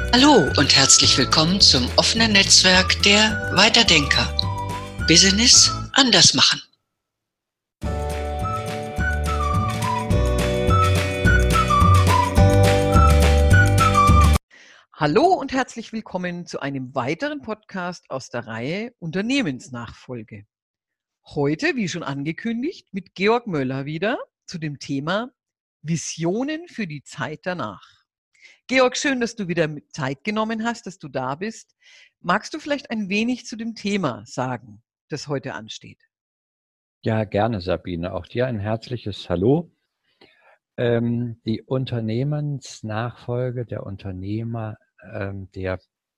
Hallo und herzlich willkommen zum offenen Netzwerk der Weiterdenker. Business anders machen. Hallo und herzlich willkommen zu einem weiteren Podcast aus der Reihe Unternehmensnachfolge. Heute, wie schon angekündigt, mit Georg Möller wieder zu dem Thema Visionen für die Zeit danach. Georg, schön, dass du wieder Zeit genommen hast, dass du da bist. Magst du vielleicht ein wenig zu dem Thema sagen, das heute ansteht? Ja, gerne, Sabine. Auch dir ein herzliches Hallo. Die Unternehmensnachfolge, der Unternehmer, der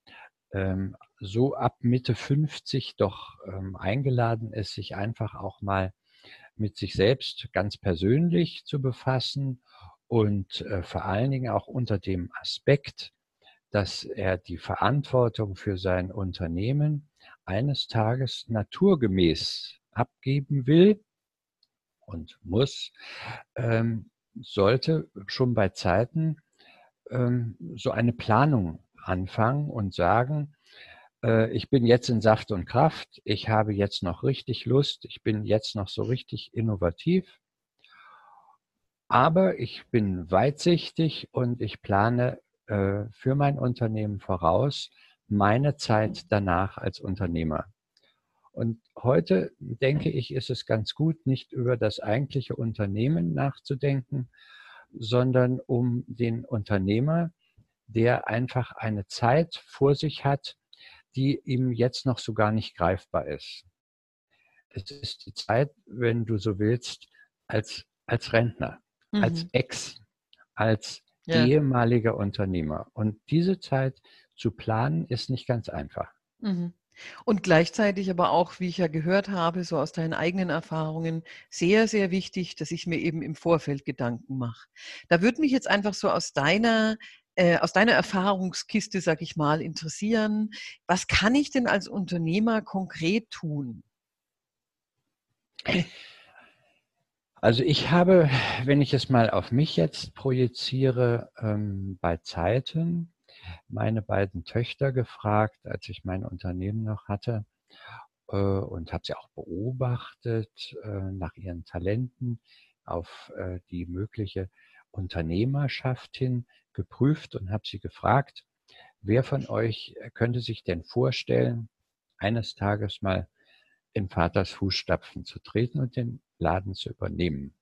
so ab Mitte 50 doch eingeladen ist, sich einfach auch mal mit sich selbst ganz persönlich zu befassen und vor allen Dingen auch unter dem Aspekt, dass er die Verantwortung für sein Unternehmen eines Tages naturgemäß abgeben will und muss, sollte schon bei Zeiten so eine Planung anfangen und sagen, ich bin jetzt in Saft und Kraft, ich habe jetzt noch richtig Lust, ich bin jetzt noch so richtig innovativ, aber ich bin weitsichtig und ich plane für mein Unternehmen voraus meine Zeit danach als Unternehmer. Und heute, denke ich, ist es ganz gut, nicht über das eigentliche Unternehmen nachzudenken, sondern um den Unternehmer, der einfach eine Zeit vor sich hat, die ihm jetzt noch so gar nicht greifbar ist. Es ist die Zeit, wenn du so willst, als Rentner, als Mhm. als Ja. ehemaliger Unternehmer. Und diese Zeit zu planen, ist nicht ganz einfach. Mhm. Und gleichzeitig aber auch, wie ich ja gehört habe, so aus deinen eigenen Erfahrungen, sehr, sehr wichtig, dass ich mir eben im Vorfeld Gedanken mache. Da würde mich jetzt einfach so aus deiner Erfahrungskiste, sag ich mal, interessieren, was kann ich denn als Unternehmer konkret tun? Also ich habe, wenn ich es mal auf mich jetzt projiziere, bei Zeiten meine beiden Töchter gefragt, als ich mein Unternehmen noch hatte, und habe sie auch beobachtet nach ihren Talenten auf die mögliche Unternehmerschaft hin geprüft und habe sie gefragt, wer von euch könnte sich denn vorstellen, eines Tages mal in Vaters Fußstapfen zu treten und den Laden zu übernehmen.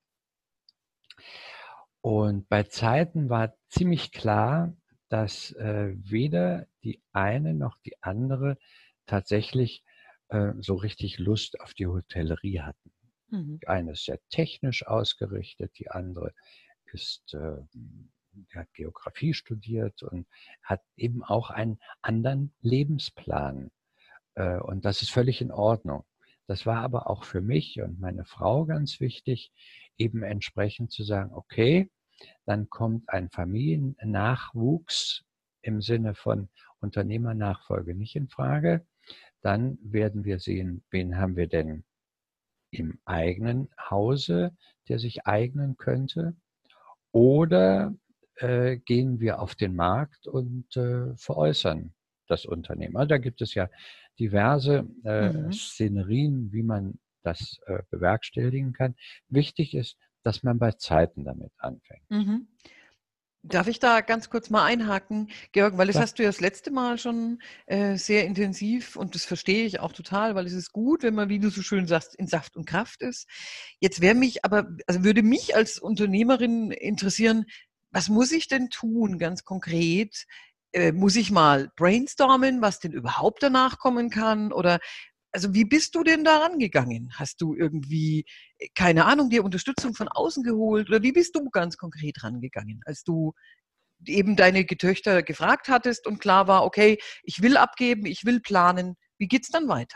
Und bei Zeiten war ziemlich klar, dass weder die eine noch die andere tatsächlich so richtig Lust auf die Hotellerie hatten. Mhm. Die eine ist sehr technisch ausgerichtet, die andere ist, hat Geografie studiert und hat eben auch einen anderen Lebensplan. Und das ist völlig in Ordnung. Das war aber auch für mich und meine Frau ganz wichtig, eben entsprechend zu sagen, okay, dann kommt ein Familiennachwuchs im Sinne von Unternehmernachfolge nicht in Frage. Dann werden wir sehen, wen haben wir denn im eigenen Hause, der sich eignen könnte. Oder gehen wir auf den Markt und veräußern das Unternehmen. Also da gibt es ja diverse Mhm. Szenerien, wie man das bewerkstelligen kann. Wichtig ist, dass man bei Zeiten damit anfängt. Mhm. Darf ich da ganz kurz mal einhaken, Georg, weil das Klar. hast du ja das letzte Mal schon sehr intensiv und das verstehe ich auch total, weil es ist gut, wenn man, wie du so schön sagst, in Saft und Kraft ist. Jetzt wäre mich aber, also würde mich als Unternehmerin interessieren, was muss ich denn tun, ganz konkret? Muss ich mal brainstormen, was denn überhaupt danach kommen kann? Oder also wie bist du denn da rangegangen? Hast du irgendwie, keine Ahnung, dir Unterstützung von außen geholt? Oder wie bist du ganz konkret rangegangen, als du eben deine Töchter gefragt hattest und klar war, okay, ich will abgeben, ich will planen. Wie geht's dann weiter?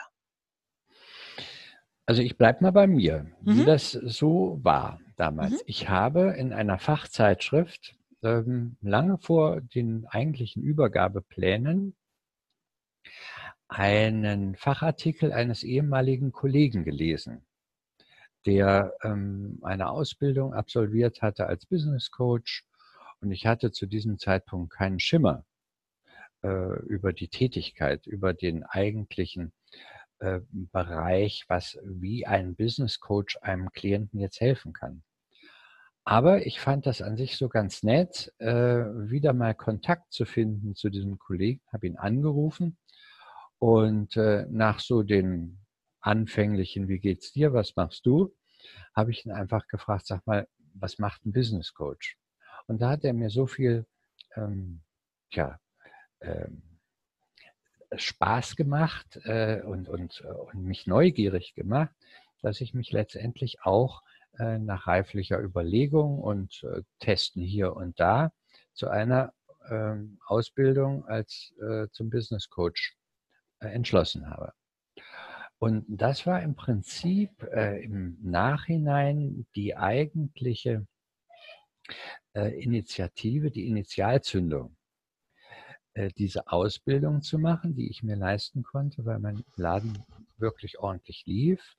Also ich bleibe mal bei mir, wie Mhm, das so war mhm, damals. Ich habe in einer Fachzeitschrift lange vor den eigentlichen Übergabeplänen einen Fachartikel eines ehemaligen Kollegen gelesen, der eine Ausbildung absolviert hatte als Business Coach. Und ich hatte zu diesem Zeitpunkt keinen Schimmer, über die Tätigkeit, über den eigentlichen Bereich, wie ein Business Coach einem Klienten jetzt helfen kann. Aber ich fand das an sich so ganz nett, wieder mal Kontakt zu finden zu diesem Kollegen, habe ihn angerufen und nach so den anfänglichen, wie geht's dir, was machst du, habe ich ihn einfach gefragt, sag mal, was macht ein Business Coach? Und da hat er mir so viel tja, ähm, Spaß gemacht und mich neugierig gemacht, dass ich mich letztendlich auch nach reiflicher Überlegung und Testen hier und da zu einer Ausbildung zum Business Coach entschlossen habe. Und das war im Prinzip im Nachhinein die eigentliche Initiative, die Initialzündung, diese Ausbildung zu machen, die ich mir leisten konnte, weil mein Laden wirklich ordentlich lief.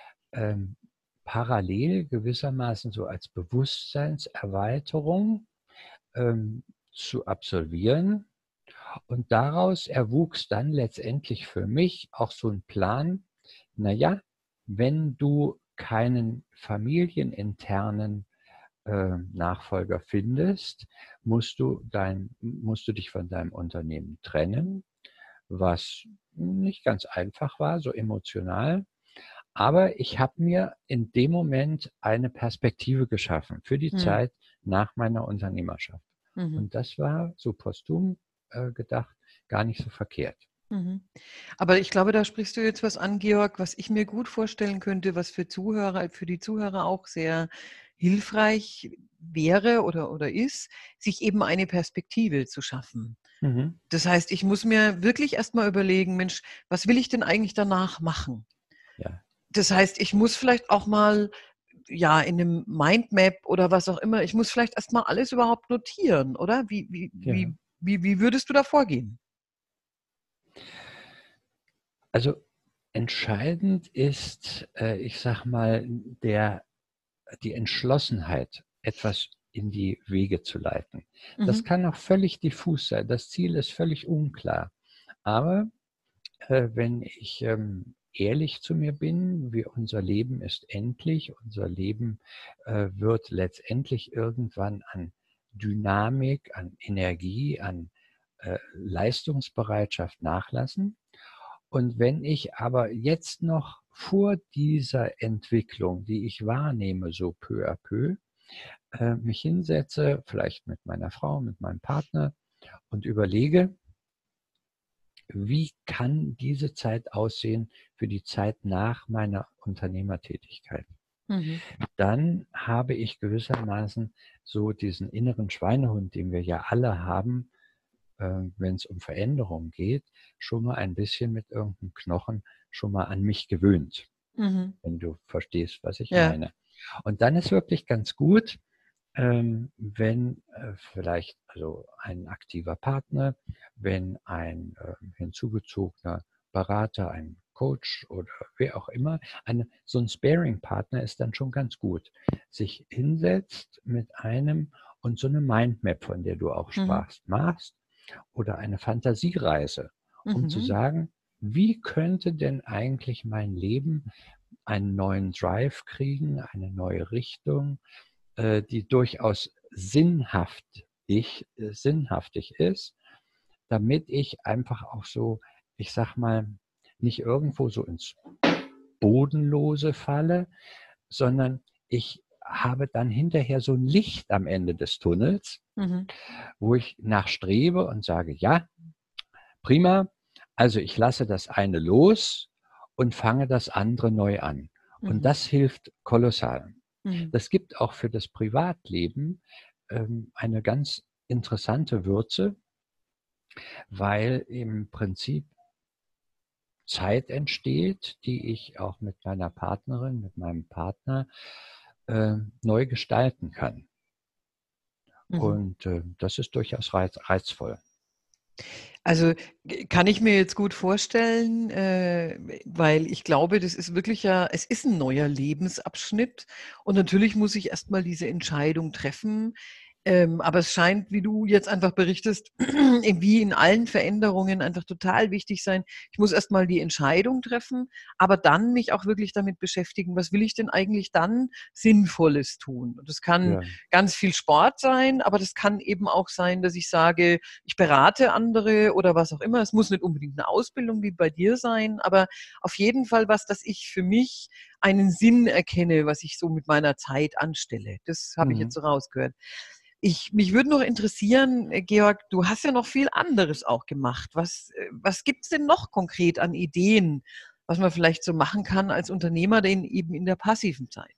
Parallel gewissermaßen so als Bewusstseinserweiterung zu absolvieren. Und daraus erwuchs dann letztendlich für mich auch so ein Plan, naja, wenn du keinen familieninternen Nachfolger findest, musst du dich von deinem Unternehmen trennen, was nicht ganz einfach war, so emotional. Aber ich habe mir in dem Moment eine Perspektive geschaffen für die Zeit nach meiner Unternehmerschaft. Und das war so posthum gedacht gar nicht so verkehrt. Aber ich glaube, da sprichst du jetzt was an, Georg, was ich mir gut vorstellen könnte, was für die Zuhörer auch sehr hilfreich wäre oder ist, sich eben eine Perspektive zu schaffen. Das heißt, ich muss mir wirklich erstmal überlegen, Mensch, was will ich denn eigentlich danach machen? Ja. Das heißt, ich muss vielleicht auch mal in einem Mindmap oder was auch immer, ich muss vielleicht erstmal alles überhaupt notieren, oder? Wie würdest du da vorgehen? Also entscheidend ist, ich sag mal, die Entschlossenheit, etwas in die Wege zu leiten. Das kann auch völlig diffus sein. Das Ziel ist völlig unklar. Aber wenn ich ehrlich zu mir bin, unser Leben ist endlich, unser Leben wird letztendlich irgendwann an Dynamik, an Energie, an Leistungsbereitschaft nachlassen. Und wenn ich aber jetzt noch vor dieser Entwicklung, die ich wahrnehme, so peu à peu, mich hinsetze, vielleicht mit meiner Frau, mit meinem Partner und überlege, wie kann diese Zeit aussehen für die Zeit nach meiner Unternehmertätigkeit? Dann habe ich gewissermaßen so diesen inneren Schweinehund, den wir ja alle haben, wenn es um Veränderung geht, schon mal ein bisschen mit irgendeinem Knochen schon mal an mich gewöhnt, wenn du verstehst, was ich meine. Und dann ist wirklich ganz gut, wenn vielleicht also ein aktiver Partner, wenn ein hinzugezogener Berater, ein Coach oder wer auch immer, so ein Sparing-Partner ist dann schon ganz gut, sich hinsetzt mit einem und so eine Mindmap, von der du auch sprachst, machst oder eine Fantasiereise, um zu sagen, wie könnte denn eigentlich mein Leben einen neuen Drive kriegen, eine neue Richtung, die durchaus sinnhaftig ist, damit ich einfach auch so, ich sag mal, nicht irgendwo so ins Bodenlose falle, sondern ich habe dann hinterher so ein Licht am Ende des Tunnels, wo ich nachstrebe und sage, ja, prima, also ich lasse das eine los und fange das andere neu an. Und das hilft kolossal. Das gibt auch für das Privatleben eine ganz interessante Würze, weil im Prinzip Zeit entsteht, die ich auch mit meiner Partnerin, mit meinem Partner neu gestalten kann. Und das ist durchaus reizvoll. Also kann ich mir jetzt gut vorstellen, weil ich glaube, das ist wirklich es ist ein neuer Lebensabschnitt und natürlich muss ich erstmal diese Entscheidung treffen. Aber es scheint, wie du jetzt einfach berichtest, wie in allen Veränderungen einfach total wichtig sein. Ich muss erst mal die Entscheidung treffen, aber dann mich auch wirklich damit beschäftigen, was will ich denn eigentlich dann Sinnvolles tun? Und das kann Ja. ganz viel Sport sein, aber das kann eben auch sein, dass ich sage, ich berate andere oder was auch immer. Es muss nicht unbedingt eine Ausbildung wie bei dir sein, aber auf jeden Fall was, dass ich für mich einen Sinn erkenne, was ich so mit meiner Zeit anstelle. Das habe ich jetzt Mhm. so rausgehört. Mich würde noch interessieren, Georg, du hast ja noch viel anderes auch gemacht. Was gibt's denn noch konkret an Ideen, was man vielleicht so machen kann als Unternehmer, denn eben in der passiven Zeit?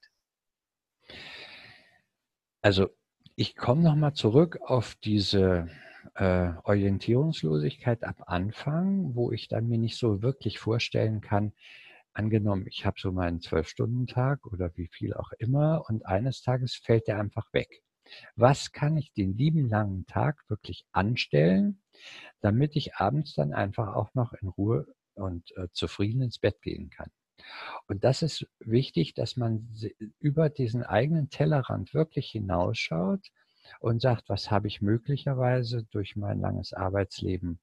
Also ich komme nochmal zurück auf diese Orientierungslosigkeit am Anfang, wo ich dann mir nicht so wirklich vorstellen kann, angenommen, ich habe so meinen 12-Stunden-Tag oder wie viel auch immer und eines Tages fällt der einfach weg. Was kann ich den lieben langen Tag wirklich anstellen, damit ich abends dann einfach auch noch in Ruhe und zufrieden ins Bett gehen kann? Und das ist wichtig, dass man über diesen eigenen Tellerrand wirklich hinausschaut und sagt, was habe ich möglicherweise durch mein langes Arbeitsleben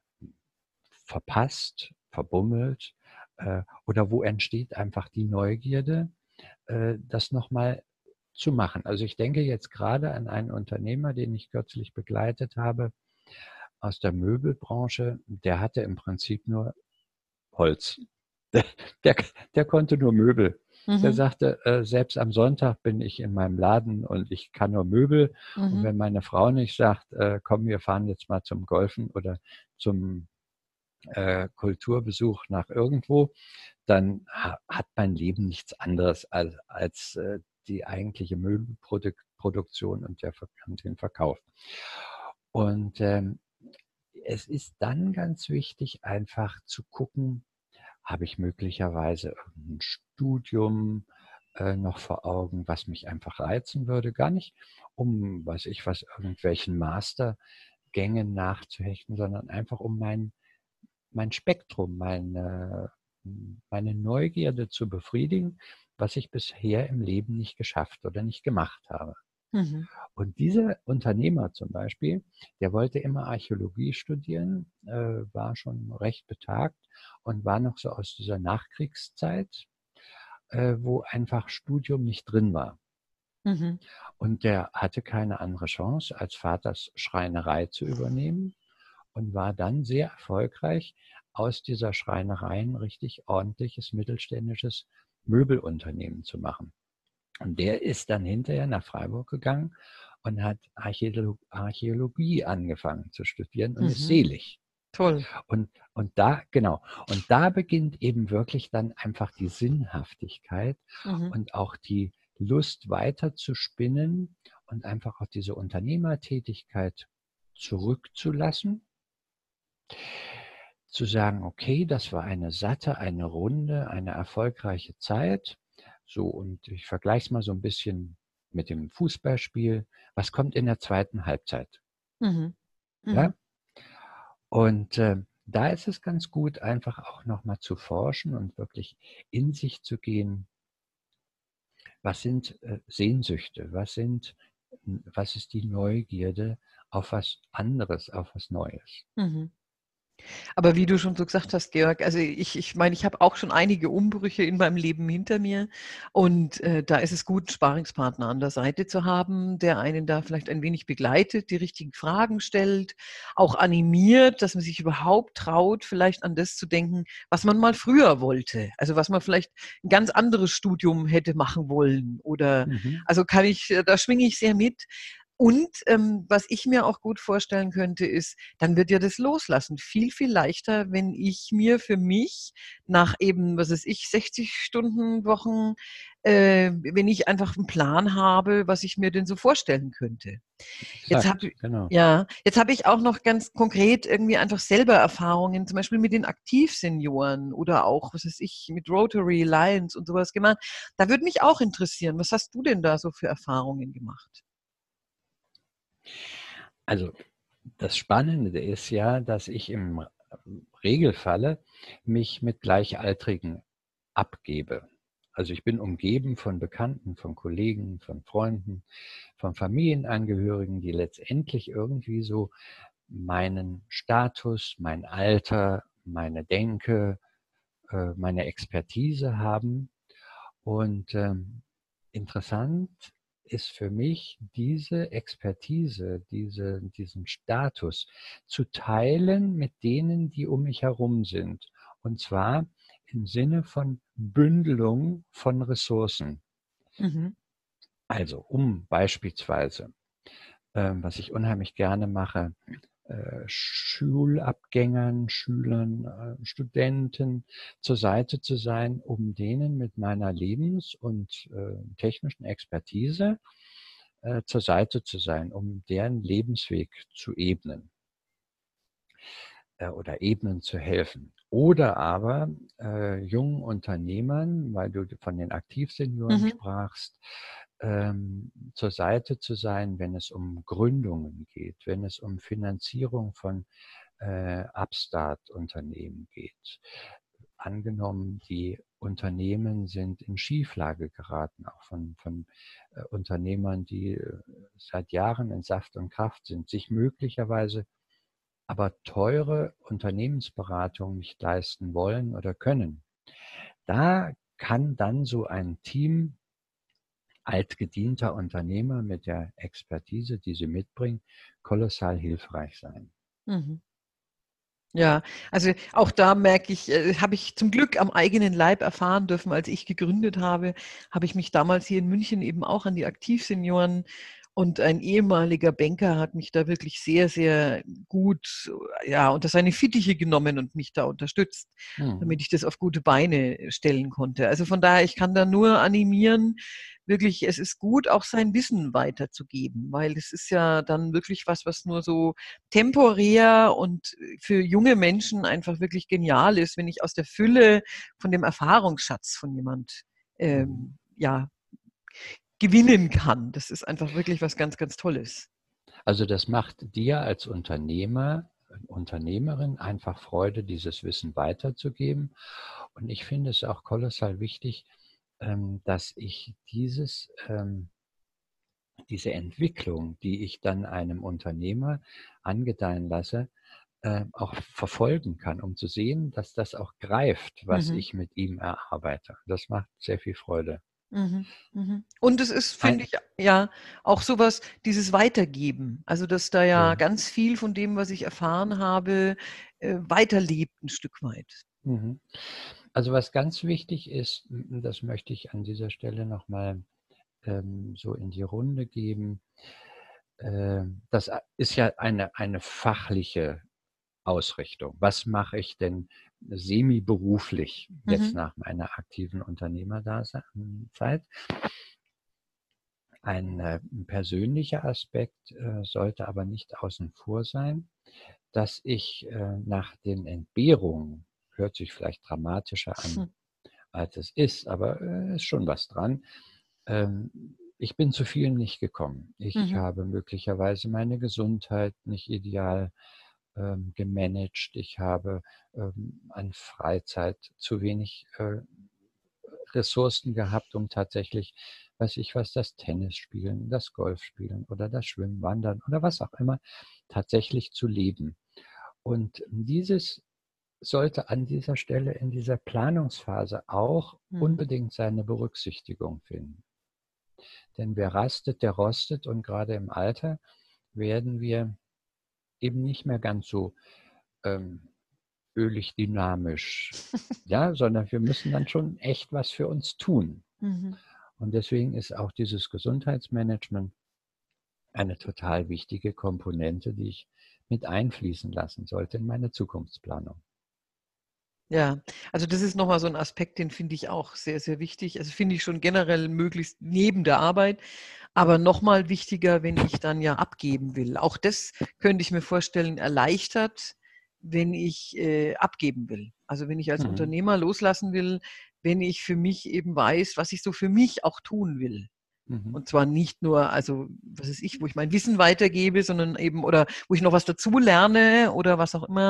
verpasst, verbummelt, oder wo entsteht einfach die Neugierde, das nochmal zu machen. Also ich denke jetzt gerade an einen Unternehmer, den ich kürzlich begleitet habe aus der Möbelbranche, der hatte im Prinzip nur Holz. Der, der, der konnte nur Möbel. Der Mhm. sagte, selbst am Sonntag bin ich in meinem Laden und ich kann nur Möbel. Und Mhm. wenn meine Frau nicht sagt, komm, wir fahren jetzt mal zum Golfen oder zum Kulturbesuch nach irgendwo, dann hat mein Leben nichts anderes als die eigentliche Möbelproduktion und den Verkauf. Und es ist dann ganz wichtig, einfach zu gucken, habe ich möglicherweise irgendein Studium noch vor Augen, was mich einfach reizen würde? Gar nicht, um, weiß ich was, irgendwelchen Mastergängen nachzuhechten, sondern einfach um mein Spektrum, meine Neugierde zu befriedigen, was ich bisher im Leben nicht geschafft oder nicht gemacht habe. Mhm. Und dieser Unternehmer zum Beispiel, der wollte immer Archäologie studieren, war schon recht betagt und war noch so aus dieser Nachkriegszeit, wo einfach Studium nicht drin war. Mhm. Und der hatte keine andere Chance, als Vaters Schreinerei zu übernehmen und war dann sehr erfolgreich, aus dieser Schreinerei ein richtig ordentliches mittelständisches Möbelunternehmen zu machen. Und der ist dann hinterher nach Freiburg gegangen und hat Archäologie angefangen zu studieren und ist Mhm. selig. Toll. Und da, genau, und da beginnt eben wirklich dann einfach die Sinnhaftigkeit Mhm. und auch die Lust weiter zu spinnen und einfach auch diese Unternehmertätigkeit zurückzulassen, zu sagen, okay, das war eine satte, eine runde, eine erfolgreiche Zeit. So, und ich vergleiche es mal so ein bisschen mit dem Fußballspiel. Was kommt in der zweiten Halbzeit? Mhm. Mhm. Ja? Und da ist es ganz gut, einfach auch nochmal zu forschen und wirklich in sich zu gehen. Was sind Sehnsüchte? Was ist die Neugierde auf was anderes, auf was Neues? Mhm. Aber wie du schon so gesagt hast, Georg, also ich meine, ich habe auch schon einige Umbrüche in meinem Leben hinter mir und da ist es gut, einen Sparringspartner an der Seite zu haben, der einen da vielleicht ein wenig begleitet, die richtigen Fragen stellt, auch animiert, dass man sich überhaupt traut, vielleicht an das zu denken, was man mal früher wollte. Also was man vielleicht ein ganz anderes Studium hätte machen wollen oder Mhm. also da schwinge ich sehr mit. Und was ich mir auch gut vorstellen könnte, ist, dann wird ja das Loslassen viel, viel leichter, wenn ich mir für mich nach eben, was weiß ich, 60 Stunden Wochen, wenn ich einfach einen Plan habe, was ich mir denn so vorstellen könnte. Jetzt Exakt, habe genau. ja, jetzt habe ich auch noch ganz konkret irgendwie einfach selber Erfahrungen, zum Beispiel mit den Aktivsenioren oder auch, was weiß ich, mit Rotary Lions und sowas gemacht. Da würde mich auch interessieren, was hast du denn da so für Erfahrungen gemacht? Also das Spannende ist ja, dass ich im Regelfalle mich mit Gleichaltrigen abgebe. Also ich bin umgeben von Bekannten, von Kollegen, von Freunden, von Familienangehörigen, die letztendlich irgendwie so meinen Status, mein Alter, meine Denke, meine Expertise haben. Und interessant ist für mich, diese Expertise, diesen Status zu teilen mit denen, die um mich herum sind. Und zwar im Sinne von Bündelung von Ressourcen. Mhm. Also beispielsweise, was ich unheimlich gerne mache, Schulabgängern, Schülern, Studenten zur Seite zu sein, um denen mit meiner Lebens- und technischen Expertise zur Seite zu sein, um deren Lebensweg zu ebnen oder ebnen zu helfen. Oder aber jungen Unternehmern, weil du von den Aktivsenioren Mhm. sprachst, zur Seite zu sein, wenn es um Gründungen geht, wenn es um Finanzierung von Upstart-Unternehmen geht. Angenommen, die Unternehmen sind in Schieflage geraten, auch von Unternehmern, die seit Jahren in Saft und Kraft sind, sich möglicherweise aber teure Unternehmensberatung nicht leisten wollen oder können. Da kann dann so ein Team altgedienter Unternehmer mit der Expertise, die sie mitbringen, kolossal hilfreich sein. Mhm. Ja, also auch da merke ich, habe ich zum Glück am eigenen Leib erfahren dürfen, als ich gegründet habe ich mich damals hier in München eben auch an die Aktivsenioren, und ein ehemaliger Banker hat mich da wirklich sehr, sehr gut, ja, unter seine Fittiche genommen und mich da unterstützt, damit ich das auf gute Beine stellen konnte. Also von daher, ich kann da nur animieren, wirklich, es ist gut, auch sein Wissen weiterzugeben, weil es ist ja dann wirklich was nur so temporär und für junge Menschen einfach wirklich genial ist, wenn ich aus der Fülle von dem Erfahrungsschatz von jemand ja, gewinnen kann. Das ist einfach wirklich was ganz, ganz Tolles. Also das macht dir als Unternehmer, Unternehmerin einfach Freude, dieses Wissen weiterzugeben. Und ich finde es auch kolossal wichtig, dass ich diese Entwicklung, die ich dann einem Unternehmer angedeihen lasse, auch verfolgen kann, um zu sehen, dass das auch greift, was Mhm. ich mit ihm erarbeite. Das macht sehr viel Freude. Mhm, mhm. Und es ist, finde Ein, ich, ja auch sowas, dieses Weitergeben. Also, dass da ja ja. ganz viel von dem, was ich erfahren habe, weiterlebt ein Stück weit. Mhm. Also was ganz wichtig ist, das möchte ich an dieser Stelle nochmal so in die Runde geben. Das ist ja eine fachliche Ausrichtung. Was mache ich denn semi-beruflich jetzt Mhm, nach meiner aktiven Unternehmerzeit? Ein persönlicher Aspekt sollte aber nicht außen vor sein, dass ich nach den Entbehrungen, hört sich vielleicht dramatischer an, als es ist, aber ist schon was dran. Ich bin zu vielen nicht gekommen. Ich mhm, habe möglicherweise meine Gesundheit nicht ideal gemanagt. Ich habe an Freizeit zu wenig Ressourcen gehabt, um tatsächlich, weiß ich was, das Tennis spielen, das Golf spielen oder das Schwimmen, Wandern oder was auch immer, tatsächlich zu leben. Und dieses sollte an dieser Stelle in dieser Planungsphase auch mhm. unbedingt seine Berücksichtigung finden. Denn wer rastet, der rostet, und gerade im Alter werden wir eben nicht mehr ganz so ähm, ölig dynamisch, ja, sondern wir müssen dann schon echt was für uns tun. Mhm. Und deswegen ist auch dieses Gesundheitsmanagement eine total wichtige Komponente, die ich mit einfließen lassen sollte in meine Zukunftsplanung. Ja, also das ist noch mal so ein Aspekt, den finde ich auch sehr, sehr wichtig. Also, finde ich schon generell möglichst neben der Arbeit, aber noch mal wichtiger, wenn ich dann ja abgeben will. Auch das könnte ich mir vorstellen, erleichtert, wenn ich, abgeben will. Also, wenn ich als Mhm. Unternehmer loslassen will, wenn ich für mich eben weiß, was ich so für mich auch tun will. Mhm. Und zwar nicht nur, also, was weiß ich, wo ich mein Wissen weitergebe, sondern eben oder wo ich noch was dazu lerne oder was auch immer.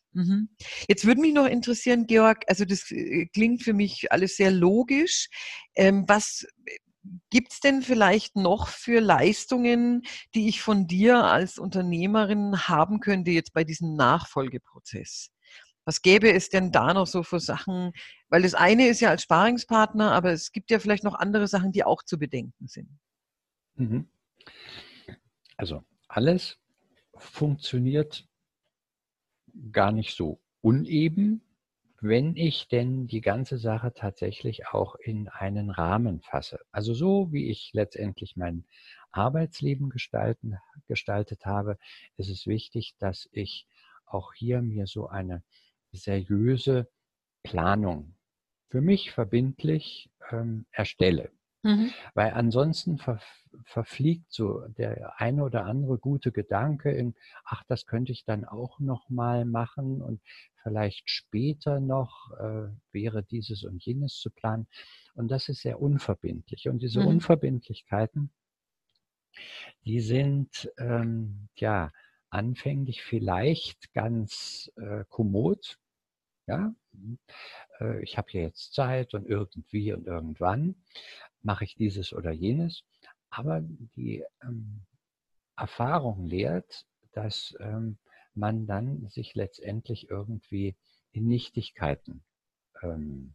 Mhm. Jetzt würde mich noch interessieren, Georg, also das klingt für mich alles sehr logisch. Was gibt's denn vielleicht noch für Leistungen, die ich von dir als Unternehmerin haben könnte jetzt bei diesem Nachfolgeprozess? Was gäbe es denn da noch so für Sachen? Weil das eine ist ja als Sparingspartner, aber es gibt ja vielleicht noch andere Sachen, die auch zu bedenken sind. Mhm. Also alles funktioniert gar nicht so uneben, wenn ich denn die ganze Sache tatsächlich auch in einen Rahmen fasse. Also so wie ich letztendlich mein Arbeitsleben gestaltet habe, ist es wichtig, dass ich auch hier mir so eine seriöse Planung für mich verbindlich erstelle. Mhm. Weil ansonsten verfliegt so der eine oder andere gute Gedanke in, ach, das könnte ich dann auch noch mal machen und vielleicht später noch wäre dieses und jenes zu planen. Und das ist sehr unverbindlich. Und diese Mhm. Unverbindlichkeiten, die sind ja anfänglich vielleicht ganz kommod. Ja, ich habe hier jetzt Zeit und irgendwie und irgendwann mache ich dieses oder jenes. Aber die Erfahrung lehrt, dass man dann sich letztendlich irgendwie in Nichtigkeiten ähm,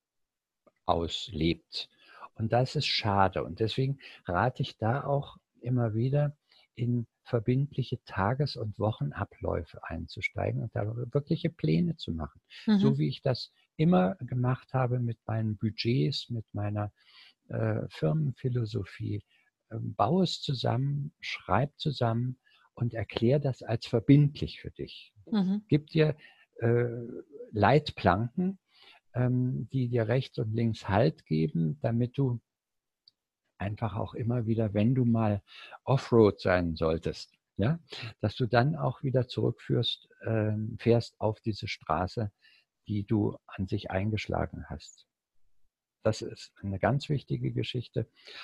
auslebt. Und das ist schade. Und deswegen rate ich da auch immer wieder in verbindliche Tages- und Wochenabläufe einzusteigen und da wirkliche Pläne zu machen. Mhm. So wie ich das immer gemacht habe mit meinen Budgets, mit meiner Firmenphilosophie. Bau es zusammen, schreib zusammen und erklär das als verbindlich für dich. Mhm. Gib dir äh, Leitplanken, die dir rechts und links Halt geben, damit du einfach auch immer wieder, wenn du mal Offroad sein solltest, ja, dass du dann auch wieder fährst auf diese Straße, die du an sich eingeschlagen hast. Das ist eine ganz wichtige Geschichte.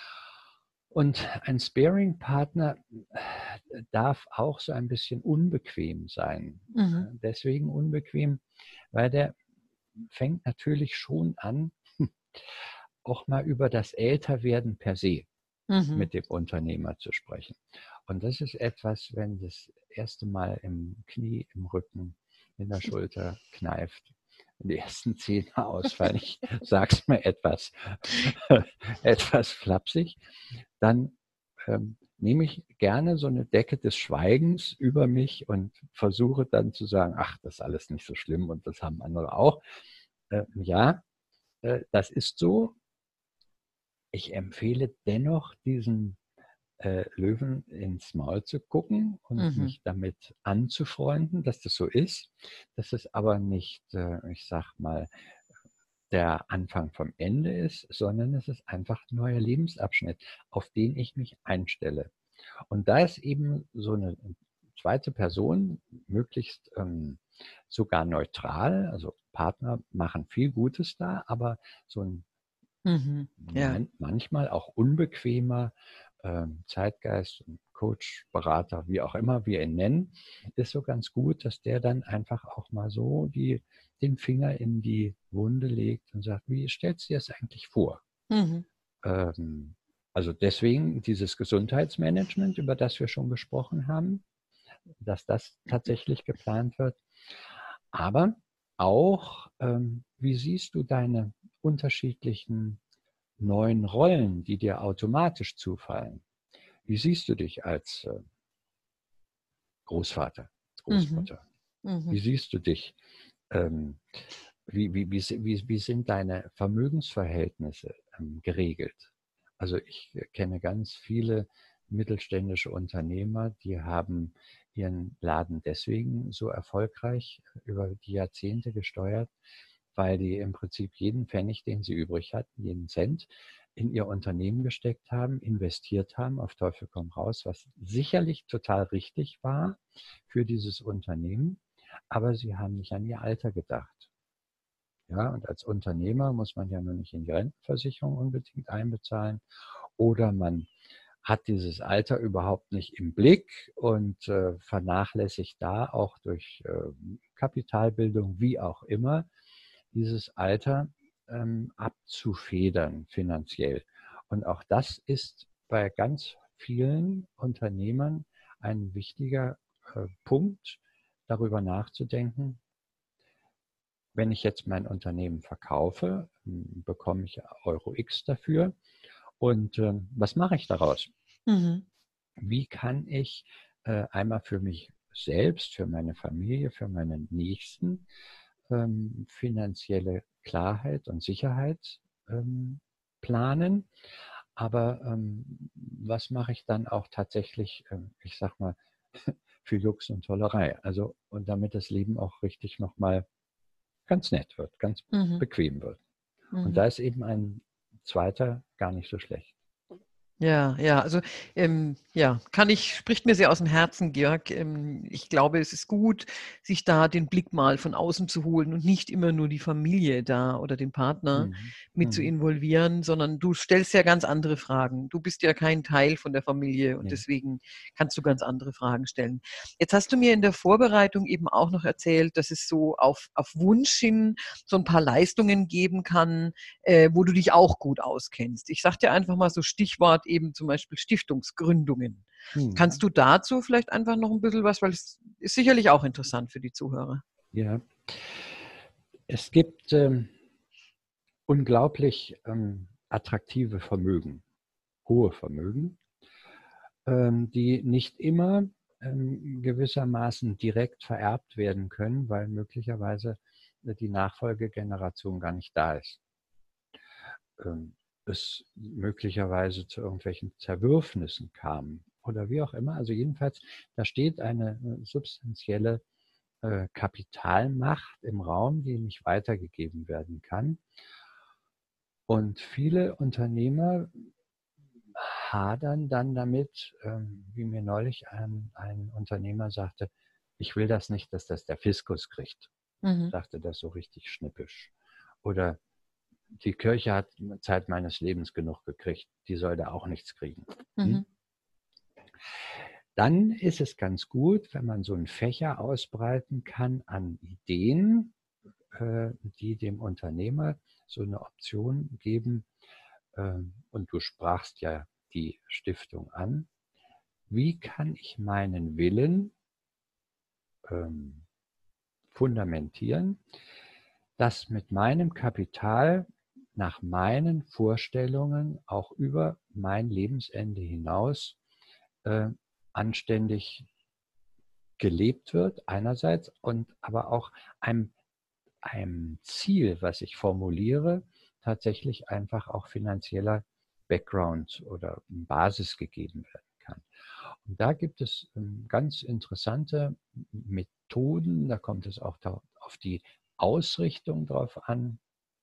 Und ein Sparing-Partner darf auch so ein bisschen unbequem sein. Mhm. Deswegen unbequem, weil der fängt natürlich schon an, auch mal über das Älterwerden per se Mhm. mit dem Unternehmer zu sprechen. Und das ist etwas, wenn das erste Mal im Knie, im Rücken, in der Schulter kneift, wenn die ersten Zähne ausfallen, ich sag's mir etwas flapsig, dann nehme ich gerne so eine Decke des Schweigens über mich und versuche dann zu sagen, ach, das ist alles nicht so schlimm und das haben andere auch. Ja, das ist so. Ich empfehle dennoch, diesen Löwen ins Maul zu gucken und Mhm. mich damit anzufreunden, dass das so ist. Das ist aber nicht, ich sag mal, der Anfang vom Ende ist, sondern es ist einfach ein neuer Lebensabschnitt, auf den ich mich einstelle. Und da ist eben so eine zweite Person möglichst sogar neutral, also Partner machen viel Gutes da, aber so ein Mhm. Ja. manchmal auch unbequemer Zeitgeist, Coach, Berater, wie auch immer wir ihn nennen, ist so ganz gut, dass der dann einfach auch mal so den Finger in die Wunde legt und sagt, wie stellst du dir das eigentlich vor? Mhm. Ähm, also deswegen dieses Gesundheitsmanagement, über das wir schon gesprochen haben, dass das tatsächlich geplant wird. Aber auch, wie siehst du deine unterschiedlichen neuen Rollen, die dir automatisch zufallen? Wie siehst du dich als Großvater, Mhm. Großmutter? Wie Mhm. siehst du dich? Ähm, wie sind deine Vermögensverhältnisse geregelt? Also ich kenne ganz viele mittelständische Unternehmer, die haben ihren Laden deswegen so erfolgreich über die Jahrzehnte gesteuert, weil die im Prinzip jeden Pfennig, den sie übrig hatten, jeden Cent, in ihr Unternehmen gesteckt haben, investiert haben, auf Teufel komm raus, was sicherlich total richtig war für dieses Unternehmen, aber sie haben nicht an ihr Alter gedacht. Ja, und als Unternehmer muss man ja nur nicht in die Rentenversicherung unbedingt einbezahlen oder man hat dieses Alter überhaupt nicht im Blick und vernachlässigt da auch durch Kapitalbildung, wie auch immer, dieses Alter abzufedern finanziell. Und auch das ist bei ganz vielen Unternehmern ein wichtiger Punkt, darüber nachzudenken, wenn ich jetzt mein Unternehmen verkaufe, bekomme ich Euro X dafür. Und was mache ich daraus? Mhm. Wie kann ich einmal für mich selbst, für meine Familie, für meine Nächsten finanzielle Klarheit und Sicherheit planen? Aber was mache ich dann auch tatsächlich, ich sag mal, für Jux und Tollerei? Also, und damit das Leben auch richtig nochmal ganz nett wird, ganz Mhm. bequem wird. Und Mhm. da ist eben ein zweiter gar nicht so schlecht. Ja, ja, also ja, spricht mir sehr aus dem Herzen, Georg. Ich glaube, es ist gut, sich da den Blick mal von außen zu holen und nicht immer nur die Familie da oder den Partner Mhm. mit zu Mhm. involvieren, sondern du stellst ja ganz andere Fragen. Du bist ja kein Teil von der Familie und Nee. deswegen kannst du ganz andere Fragen stellen. Jetzt hast du mir in der Vorbereitung eben auch noch erzählt, dass es so auf Wunsch hin so ein paar Leistungen geben kann, wo du dich auch gut auskennst. Ich sage dir einfach mal so Stichwort eben zum Beispiel Stiftungsgründungen. Kannst Mhm. du dazu vielleicht einfach noch ein bisschen was, weil es ist sicherlich auch interessant für die Zuhörer. Ja, es gibt unglaublich attraktive Vermögen, hohe Vermögen, die nicht immer gewissermaßen direkt vererbt werden können, weil möglicherweise die Nachfolgegeneration gar nicht da ist. Es möglicherweise zu irgendwelchen Zerwürfnissen kam oder wie auch immer. Also jedenfalls, da steht eine substanzielle Kapitalmacht im Raum, die nicht weitergegeben werden kann. Und viele Unternehmer hadern dann damit, wie mir neulich ein Unternehmer sagte, ich will das nicht, dass das der Fiskus kriegt. Mhm. Sagte das so richtig schnippisch. Oder die Kirche hat Zeit meines Lebens genug gekriegt, die soll da auch nichts kriegen. Mhm. Dann ist es ganz gut, wenn man so einen Fächer ausbreiten kann an Ideen, die dem Unternehmer so eine Option geben. Und du sprachst ja die Stiftung an. Wie kann ich meinen Willen fundamentieren, dass mit meinem Kapital nach meinen Vorstellungen auch über mein Lebensende hinaus anständig gelebt wird, einerseits, und aber auch einem Ziel, was ich formuliere, tatsächlich einfach auch finanzieller Background oder Basis gegeben werden kann. Und da gibt es ganz interessante Methoden, da kommt es auch auf die Ausrichtung drauf an.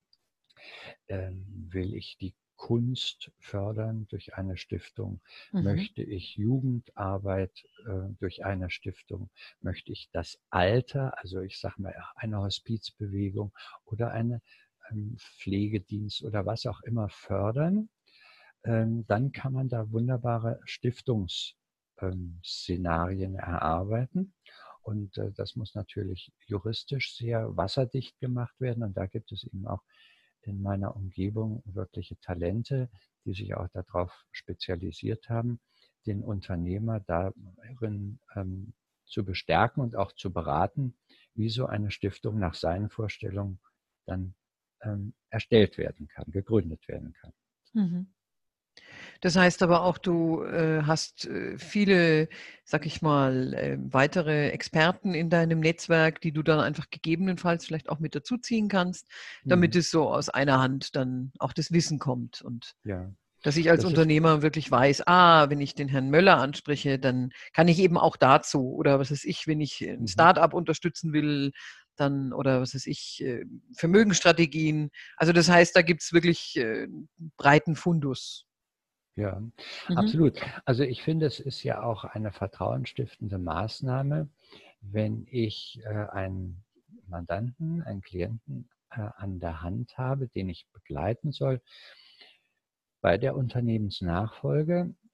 Will ich die Kunst fördern durch eine Stiftung? Mhm. Möchte ich Jugendarbeit durch eine Stiftung? Möchte ich das Alter, also ich sage mal eine Hospizbewegung oder einen Pflegedienst oder was auch immer fördern? Dann kann man da wunderbare Stiftungsszenarien erarbeiten. Und das muss natürlich juristisch sehr wasserdicht gemacht werden. Und da gibt es eben auch in meiner Umgebung wirkliche Talente, die sich auch darauf spezialisiert haben, den Unternehmer darin zu bestärken und auch zu beraten, wie so eine Stiftung nach seinen Vorstellungen dann erstellt werden kann, gegründet werden kann. Mhm. Das heißt aber auch, du hast viele, sag ich mal, weitere Experten in deinem Netzwerk, die du dann einfach gegebenenfalls vielleicht auch mit dazuziehen kannst, damit Mhm. es so aus einer Hand dann auch das Wissen kommt und Ja, dass ich als das ist Unternehmer wirklich weiß, wenn ich den Herrn Möller anspreche, dann kann ich eben auch dazu oder was weiß ich, wenn ich ein mhm. Start-up unterstützen will, dann oder was weiß ich, Vermögensstrategien. Also das heißt, da gibt es wirklich breiten Fundus. Ja, Mhm. absolut. Also ich finde, es ist ja auch eine vertrauensstiftende Maßnahme, wenn ich einen Mandanten, einen Klienten an der Hand habe, den ich begleiten soll bei der Unternehmensnachfolge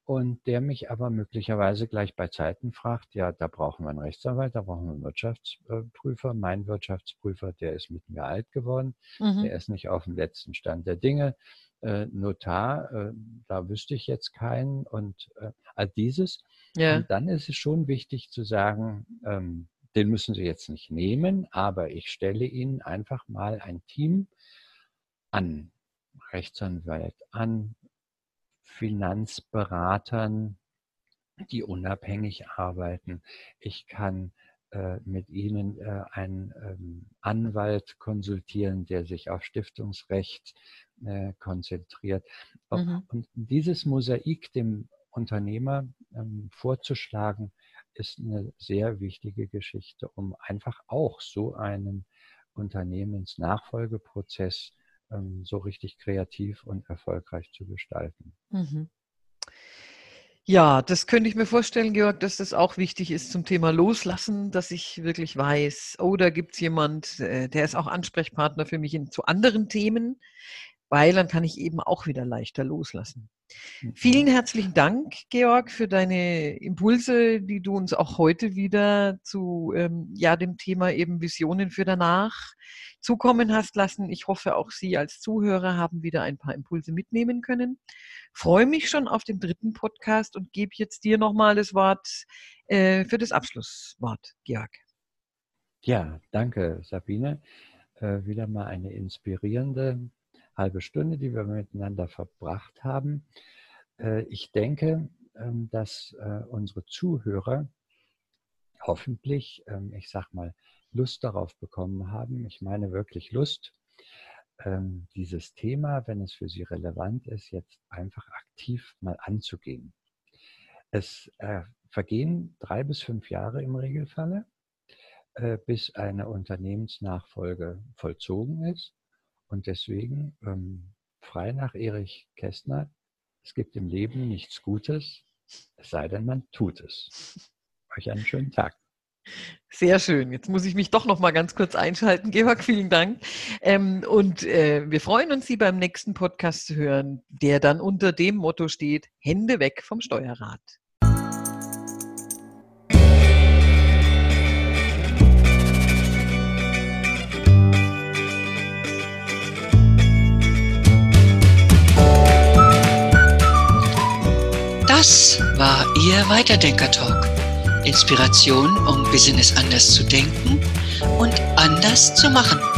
und der mich aber möglicherweise gleich bei Zeiten fragt, ja, da brauchen wir einen Rechtsanwalt, da brauchen wir einen Wirtschaftsprüfer. Mein Wirtschaftsprüfer, der ist mit mir alt geworden, der ist nicht auf dem letzten Stand der Dinge. Notar, da wüsste ich jetzt keinen und all dieses. Ja. Und dann ist es schon wichtig zu sagen, den müssen Sie jetzt nicht nehmen, aber ich stelle Ihnen einfach mal ein Team an Rechtsanwalt, an Finanzberatern, die unabhängig arbeiten. Ich kann mit Ihnen einen Anwalt konsultieren, der sich auf Stiftungsrecht konzentriert. Und dieses Mosaik dem Unternehmer vorzuschlagen, ist eine sehr wichtige Geschichte, um einfach auch so einen Unternehmensnachfolgeprozess so richtig kreativ und erfolgreich zu gestalten. Ja, das könnte ich mir vorstellen, Georg, dass das auch wichtig ist zum Thema Loslassen, dass ich wirklich weiß, oh, da gibt es jemand, der ist auch Ansprechpartner für mich zu anderen Themen, weil dann kann ich eben auch wieder leichter loslassen. Vielen herzlichen Dank, Georg, für deine Impulse, die du uns auch heute wieder zu dem Thema eben Visionen für danach zukommen hast lassen. Ich hoffe, auch Sie als Zuhörer haben wieder ein paar Impulse mitnehmen können. Freue mich schon auf den 3. Podcast und gebe jetzt dir nochmal das Wort für das Abschlusswort, Georg. Ja, danke, Sabine. Wieder mal eine inspirierende halbe Stunde, die wir miteinander verbracht haben. Ich denke, dass unsere Zuhörer hoffentlich, ich sag mal, Lust darauf bekommen haben. Ich meine wirklich Lust, dieses Thema, wenn es für sie relevant ist, jetzt einfach aktiv mal anzugehen. Es vergehen 3 bis 5 Jahre im Regelfalle, bis eine Unternehmensnachfolge vollzogen ist. Und deswegen, frei nach Erich Kästner, es gibt im Leben nichts Gutes, es sei denn, man tut es. Euch einen schönen Tag. Sehr schön. Jetzt muss ich mich doch noch mal ganz kurz einschalten. Georg, vielen Dank. Wir freuen uns, Sie beim nächsten Podcast zu hören, der dann unter dem Motto steht: Hände weg vom Steuerrad. Das war Ihr Weiterdenker-Talk. Inspiration, um Business anders zu denken und anders zu machen.